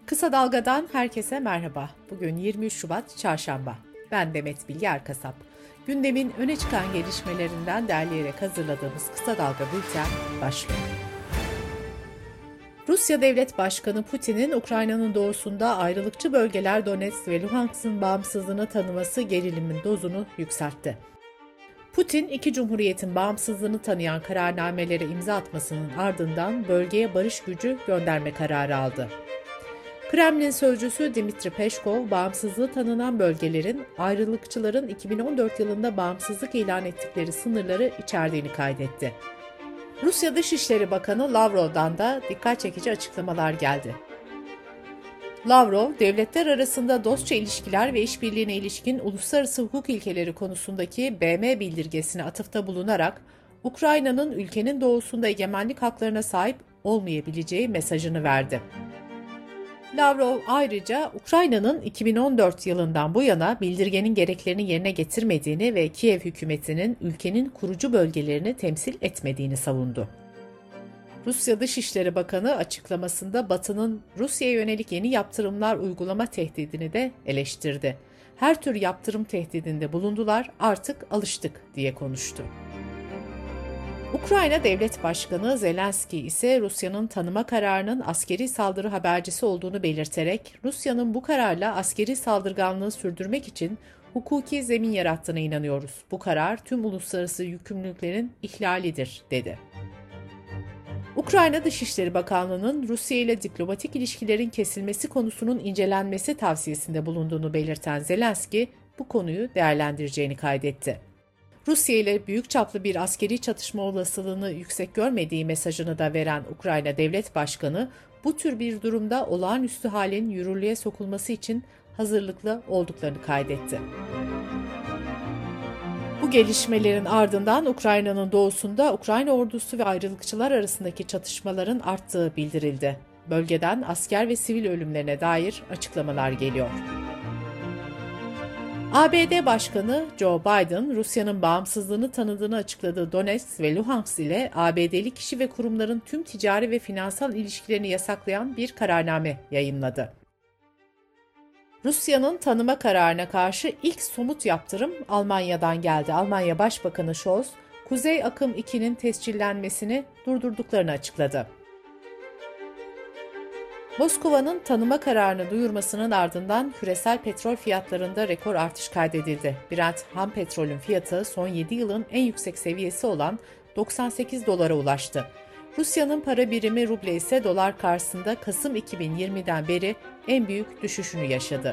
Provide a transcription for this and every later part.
Kısa Dalga'dan herkese merhaba. Bugün 23 Şubat Çarşamba. Ben Demet Bilge Erkasap. Gündemin öne çıkan gelişmelerinden derleyerek hazırladığımız Kısa Dalga bülten başlıyor. Rusya Devlet Başkanı Putin'in Ukrayna'nın doğusunda ayrılıkçı bölgeler Donetsk ve Luhansk'ın bağımsızlığını tanıması gerilimin dozunu yükseltti. Putin, iki cumhuriyetin bağımsızlığını tanıyan kararnamelere imza atmasının ardından bölgeye barış gücü gönderme kararı aldı. Kremlin sözcüsü Dmitri Peşkov, bağımsızlığı tanınan bölgelerin ayrılıkçıların 2014 yılında bağımsızlık ilan ettikleri sınırları içerdiğini kaydetti. Rusya Dışişleri Bakanı Lavrov'dan da dikkat çekici açıklamalar geldi. Lavrov, devletler arasında dostça ilişkiler ve işbirliğine ilişkin uluslararası hukuk ilkeleri konusundaki BM bildirgesine atıfta bulunarak, Ukrayna'nın ülkenin doğusunda egemenlik haklarına sahip olmayabileceği mesajını verdi. Lavrov ayrıca Ukrayna'nın 2014 yılından bu yana bildirgenin gereklerini yerine getirmediğini ve Kiev hükümetinin ülkenin kurucu bölgelerini temsil etmediğini savundu. Rusya Dışişleri Bakanı açıklamasında Batı'nın Rusya'ya yönelik yeni yaptırımlar uygulama tehdidini de eleştirdi. Her tür yaptırım tehdidinde bulundular, artık alıştık diye konuştu. Ukrayna Devlet Başkanı Zelenski ise Rusya'nın tanıma kararının askeri saldırı habercisi olduğunu belirterek Rusya'nın bu kararla askeri saldırganlığı sürdürmek için hukuki zemin yarattığına inanıyoruz. Bu karar tüm uluslararası yükümlülüklerin ihlalidir, dedi. Ukrayna Dışişleri Bakanlığı'nın Rusya ile diplomatik ilişkilerin kesilmesi konusunun incelenmesi tavsiyesinde bulunduğunu belirten Zelenski, bu konuyu değerlendireceğini kaydetti. Rusya ile büyük çaplı bir askeri çatışma olasılığını yüksek görmediği mesajını da veren Ukrayna Devlet Başkanı, bu tür bir durumda olağanüstü halin yürürlüğe sokulması için hazırlıklı olduklarını kaydetti. Bu gelişmelerin ardından Ukrayna'nın doğusunda Ukrayna ordusu ve ayrılıkçılar arasındaki çatışmaların arttığı bildirildi. Bölgeden asker ve sivil ölümlerine dair açıklamalar geliyor. ABD Başkanı Joe Biden, Rusya'nın bağımsızlığını tanıdığını açıkladığı Donetsk ve Luhansk ile ABD'li kişi ve kurumların tüm ticari ve finansal ilişkilerini yasaklayan bir kararname yayımladı. Rusya'nın tanıma kararına karşı ilk somut yaptırım Almanya'dan geldi. Almanya Başbakanı Scholz, Kuzey Akım 2'nin tescillenmesini durdurduklarını açıkladı. Moskova'nın tanıma kararını duyurmasının ardından küresel petrol fiyatlarında rekor artış kaydedildi. Brent ham petrolün fiyatı son 7 yılın en yüksek seviyesi olan 98 dolara ulaştı. Rusya'nın para birimi ruble ise dolar karşısında Kasım 2020'den beri en büyük düşüşünü yaşadı.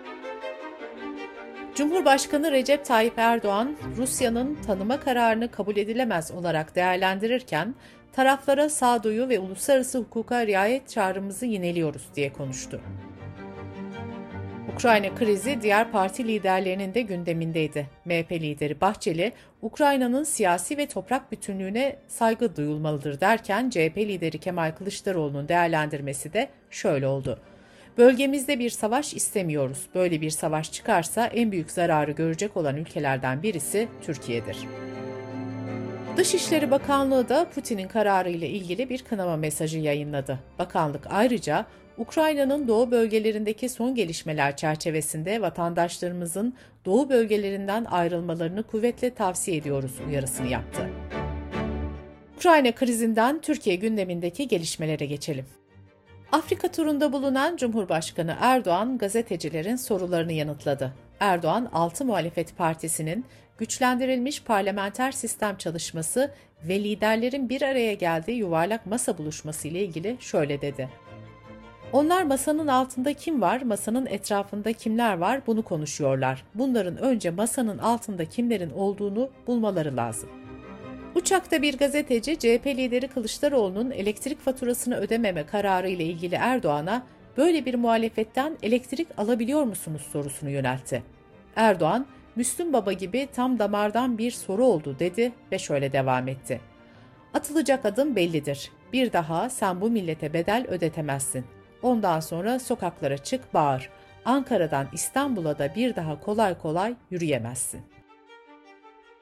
Cumhurbaşkanı Recep Tayyip Erdoğan, Rusya'nın tanıma kararını kabul edilemez olarak değerlendirirken, taraflara sağduyu ve uluslararası hukuka riayet çağrımızı yineliyoruz diye konuştu. Ukrayna krizi diğer parti liderlerinin de gündemindeydi. MHP lideri Bahçeli, Ukrayna'nın siyasi ve toprak bütünlüğüne saygı duyulmalıdır derken CHP lideri Kemal Kılıçdaroğlu'nun değerlendirmesi de şöyle oldu. Bölgemizde bir savaş istemiyoruz. Böyle bir savaş çıkarsa en büyük zararı görecek olan ülkelerden birisi Türkiye'dir. Dışişleri Bakanlığı da Putin'in kararı ile ilgili bir kınama mesajı yayınladı. Bakanlık ayrıca Ukrayna'nın doğu bölgelerindeki son gelişmeler çerçevesinde vatandaşlarımızın doğu bölgelerinden ayrılmalarını kuvvetle tavsiye ediyoruz uyarısını yaptı. Ukrayna krizinden Türkiye gündemindeki gelişmelere geçelim. Afrika turunda bulunan Cumhurbaşkanı Erdoğan gazetecilerin sorularını yanıtladı. Erdoğan, 6 muhalefet partisinin güçlendirilmiş parlamenter sistem çalışması ve liderlerin bir araya geldiği yuvarlak masa buluşması ile ilgili şöyle dedi. Onlar masanın altında kim var, masanın etrafında kimler var bunu konuşuyorlar. Bunların önce masanın altında kimlerin olduğunu bulmaları lazım. Uçakta bir gazeteci CHP lideri Kılıçdaroğlu'nun elektrik faturasını ödememe kararı ile ilgili Erdoğan'a böyle bir muhalefetten elektrik alabiliyor musunuz sorusunu yöneltti. Erdoğan, Müslüm Baba gibi tam damardan bir soru oldu dedi ve şöyle devam etti. Atılacak adım bellidir. Bir daha sen bu millete bedel ödetemezsin. Ondan sonra sokaklara çık bağır. Ankara'dan İstanbul'a da bir daha kolay kolay yürüyemezsin.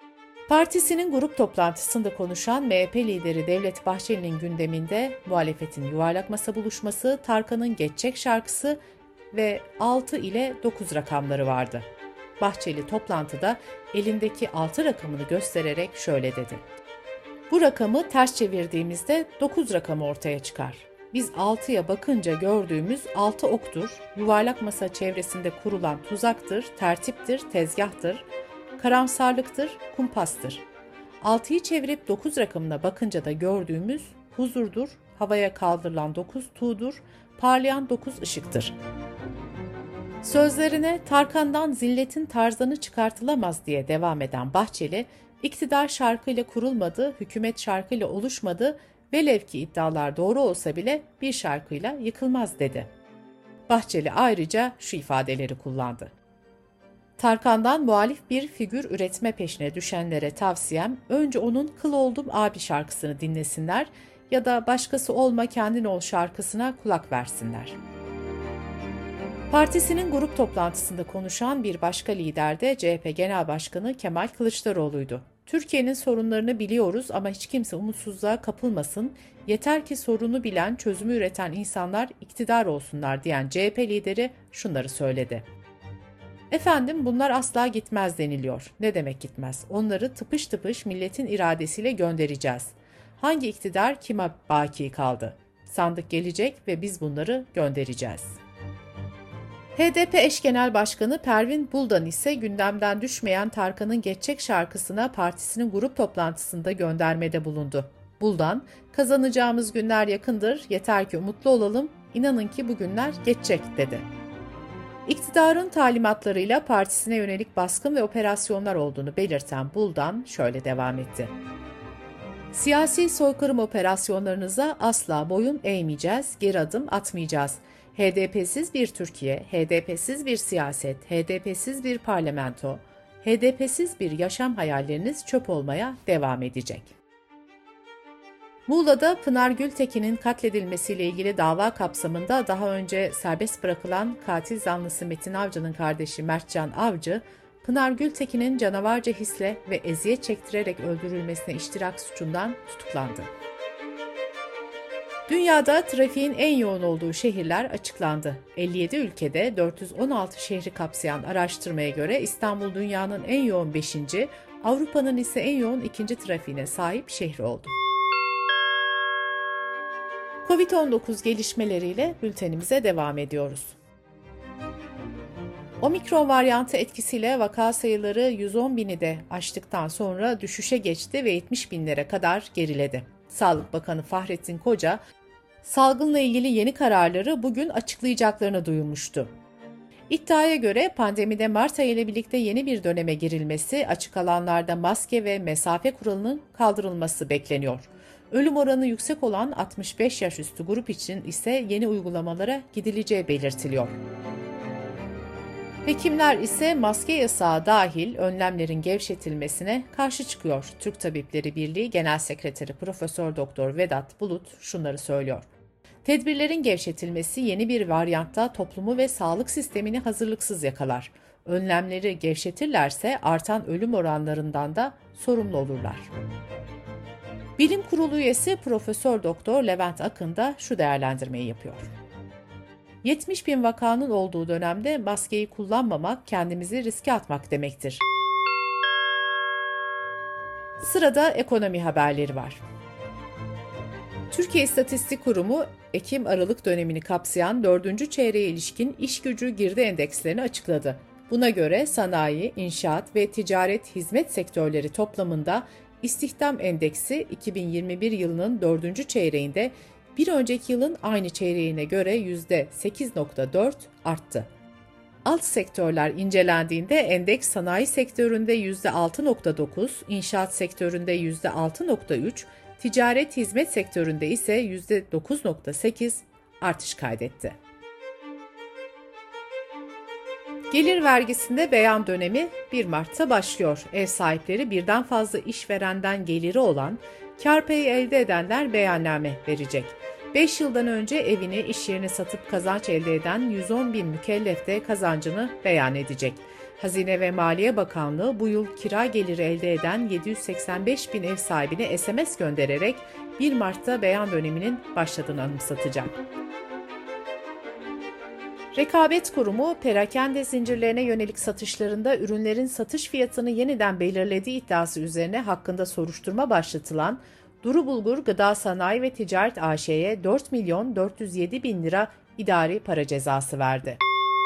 Partisinin grup toplantısında konuşan MHP lideri Devlet Bahçeli'nin gündeminde muhalefetin yuvarlak masa buluşması, Tarkan'ın Geçecek şarkısı ve 6 ile 9 rakamları vardı. Bahçeli toplantıda elindeki 6 rakamını göstererek şöyle dedi: "Bu rakamı ters çevirdiğimizde 9 rakamı ortaya çıkar. Biz 6'ya bakınca gördüğümüz 6 oktur, yuvarlak masa çevresinde kurulan tuzaktır, tertiptir, tezgahtır, karamsarlıktır, kumpastır. 6'yı çevirip 9 rakamına bakınca da gördüğümüz huzurdur, havaya kaldırılan 9 tuğdur, parlayan 9 ışıktır." Sözlerine Tarkan'dan zilletin tarzanı çıkartılamaz diye devam eden Bahçeli, iktidar şarkıyla kurulmadı, hükümet şarkıyla oluşmadı, velev ki iddialar doğru olsa bile bir şarkıyla yıkılmaz dedi. Bahçeli ayrıca şu ifadeleri kullandı: "Tarkan'dan muhalif bir figür üretme peşine düşenlere tavsiyem, önce onun Kıl Oldum Abi şarkısını dinlesinler ya da Başkası Olma Kendin Ol şarkısına kulak versinler." Partisinin grup toplantısında konuşan bir başka lider de CHP Genel Başkanı Kemal Kılıçdaroğlu'ydu. "Türkiye'nin sorunlarını biliyoruz ama hiç kimse umutsuzluğa kapılmasın, yeter ki sorunu bilen, çözümü üreten insanlar iktidar olsunlar" diyen CHP lideri şunları söyledi: "Efendim, bunlar asla gitmez deniliyor. Ne demek gitmez? Onları tıpış tıpış milletin iradesiyle göndereceğiz. Hangi iktidar kime baki kaldı? Sandık gelecek ve biz bunları göndereceğiz." HDP eş genel başkanı Pervin Buldan ise gündemden düşmeyen Tarkan'ın Geçecek şarkısına partisinin grup toplantısında göndermede bulundu. Buldan, "Kazanacağımız günler yakındır, yeter ki umutlu olalım, inanın ki bu günler geçecek" dedi. İktidarın talimatlarıyla partisine yönelik baskın ve operasyonlar olduğunu belirten Buldan şöyle devam etti: "Siyasi soykırım operasyonlarınıza asla boyun eğmeyeceğiz, geri adım atmayacağız. HDP'siz bir Türkiye, HDP'siz bir siyaset, HDP'siz bir parlamento, HDP'siz bir yaşam hayalleriniz çöp olmaya devam edecek." Muğla'da Pınar Gültekin'in katledilmesiyle ilgili dava kapsamında daha önce serbest bırakılan katil zanlısı Metin Avcı'nın kardeşi Mertcan Avcı, Pınar Gültekin'in canavarca hisle ve eziyet çektirerek öldürülmesine iştirak suçundan tutuklandı. Dünyada trafiğin en yoğun olduğu şehirler açıklandı. 57 ülkede 416 şehri kapsayan araştırmaya göre İstanbul dünyanın en yoğun 5. Avrupa'nın ise en yoğun 2. trafiğine sahip şehri oldu. Covid-19 gelişmeleriyle bültenimize devam ediyoruz. Omikron varyantı etkisiyle vaka sayıları 110 bini de aştıktan sonra düşüşe geçti ve 70 binlere kadar geriledi. Sağlık Bakanı Fahrettin Koca, salgınla ilgili yeni kararları bugün açıklayacaklarını duyurmuştu. İddiaya göre pandemide Mart ayı ile birlikte yeni bir döneme girilmesi, açık alanlarda maske ve mesafe kuralının kaldırılması bekleniyor. Ölüm oranı yüksek olan 65 yaş üstü grup için ise yeni uygulamalara gidileceği belirtiliyor. Hekimler ise maske yasağı dahil önlemlerin gevşetilmesine karşı çıkıyor. Türk Tabipleri Birliği Genel Sekreteri Profesör Doktor Vedat Bulut şunları söylüyor: "Tedbirlerin gevşetilmesi yeni bir varyantta toplumu ve sağlık sistemini hazırlıksız yakalar. Önlemleri gevşetirlerse artan ölüm oranlarından da sorumlu olurlar." Bilim Kurulu üyesi Profesör Doktor Levent Akın da şu değerlendirmeyi yapıyor: 70 bin vakanın olduğu dönemde maskeyi kullanmamak kendimizi riske atmak demektir. Sırada ekonomi haberleri var. Türkiye İstatistik Kurumu, Ekim-Aralık dönemini kapsayan 4. çeyreğe ilişkin iş gücü girdi endekslerini açıkladı. Buna göre sanayi, inşaat ve ticaret hizmet sektörleri toplamında istihdam endeksi 2021 yılının 4. çeyreğinde bir önceki yılın aynı çeyreğine göre %8.4 arttı. Alt sektörler incelendiğinde endeks sanayi sektöründe %6.9, inşaat sektöründe %6.3, ticaret hizmet sektöründe ise %9.8 artış kaydetti. Gelir vergisinde beyan dönemi 1 Mart'ta başlıyor. Ev sahipleri birden fazla işverenden geliri olan, kar payı elde edenler beyanname verecek. 5 yıldan önce evini, iş yerini satıp kazanç elde eden 110 bin mükellef de kazancını beyan edecek. Hazine ve Maliye Bakanlığı bu yıl kira geliri elde eden 785 bin ev sahibine SMS göndererek 1 Mart'ta beyan döneminin başladığını anımsatacak. Rekabet Kurumu, perakende zincirlerine yönelik satışlarında ürünlerin satış fiyatını yeniden belirlediği iddiası üzerine hakkında soruşturma başlatılan Duru Bulgur Gıda Sanayi ve Ticaret AŞ'ye 4 milyon 407 bin lira idari para cezası verdi.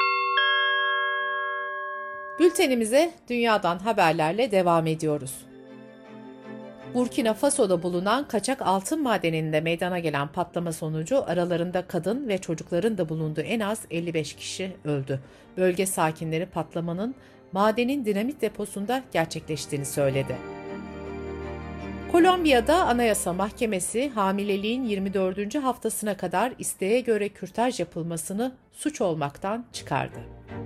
Bültenimize dünyadan haberlerle devam ediyoruz. Burkina Faso'da bulunan kaçak altın madeninde meydana gelen patlama sonucu aralarında kadın ve çocukların da bulunduğu en az 55 kişi öldü. Bölge sakinleri patlamanın madenin dinamit deposunda gerçekleştiğini söyledi. Kolombiya'da Anayasa Mahkemesi hamileliğin 24. haftasına kadar isteğe göre kürtaj yapılmasını suç olmaktan çıkardı.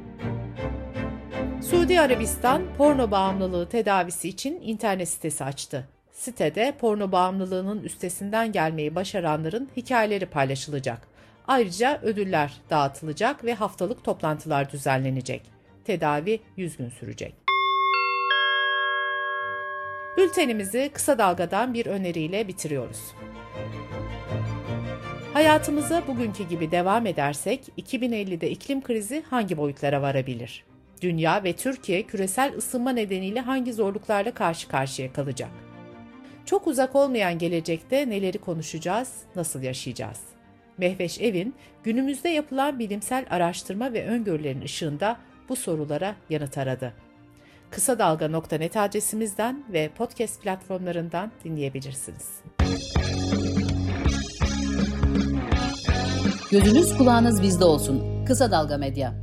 Suudi Arabistan porno bağımlılığı tedavisi için internet sitesi açtı. Sitede porno bağımlılığının üstesinden gelmeyi başaranların hikayeleri paylaşılacak. Ayrıca ödüller dağıtılacak ve haftalık toplantılar düzenlenecek. Tedavi 100 gün sürecek. Bültenimizi kısa dalgadan bir öneriyle bitiriyoruz. Hayatımıza bugünkü gibi devam edersek 2050'de iklim krizi hangi boyutlara varabilir? Dünya ve Türkiye küresel ısınma nedeniyle hangi zorluklarla karşı karşıya kalacak? Çok uzak olmayan gelecekte neleri konuşacağız, nasıl yaşayacağız? Mehveş Evin, günümüzde yapılan bilimsel araştırma ve öngörülerin ışığında bu sorulara yanıt aradı. Kısa Dalga.net adresimizden ve podcast platformlarından dinleyebilirsiniz. Gözünüz kulağınız bizde olsun. Kısa Dalga Medya.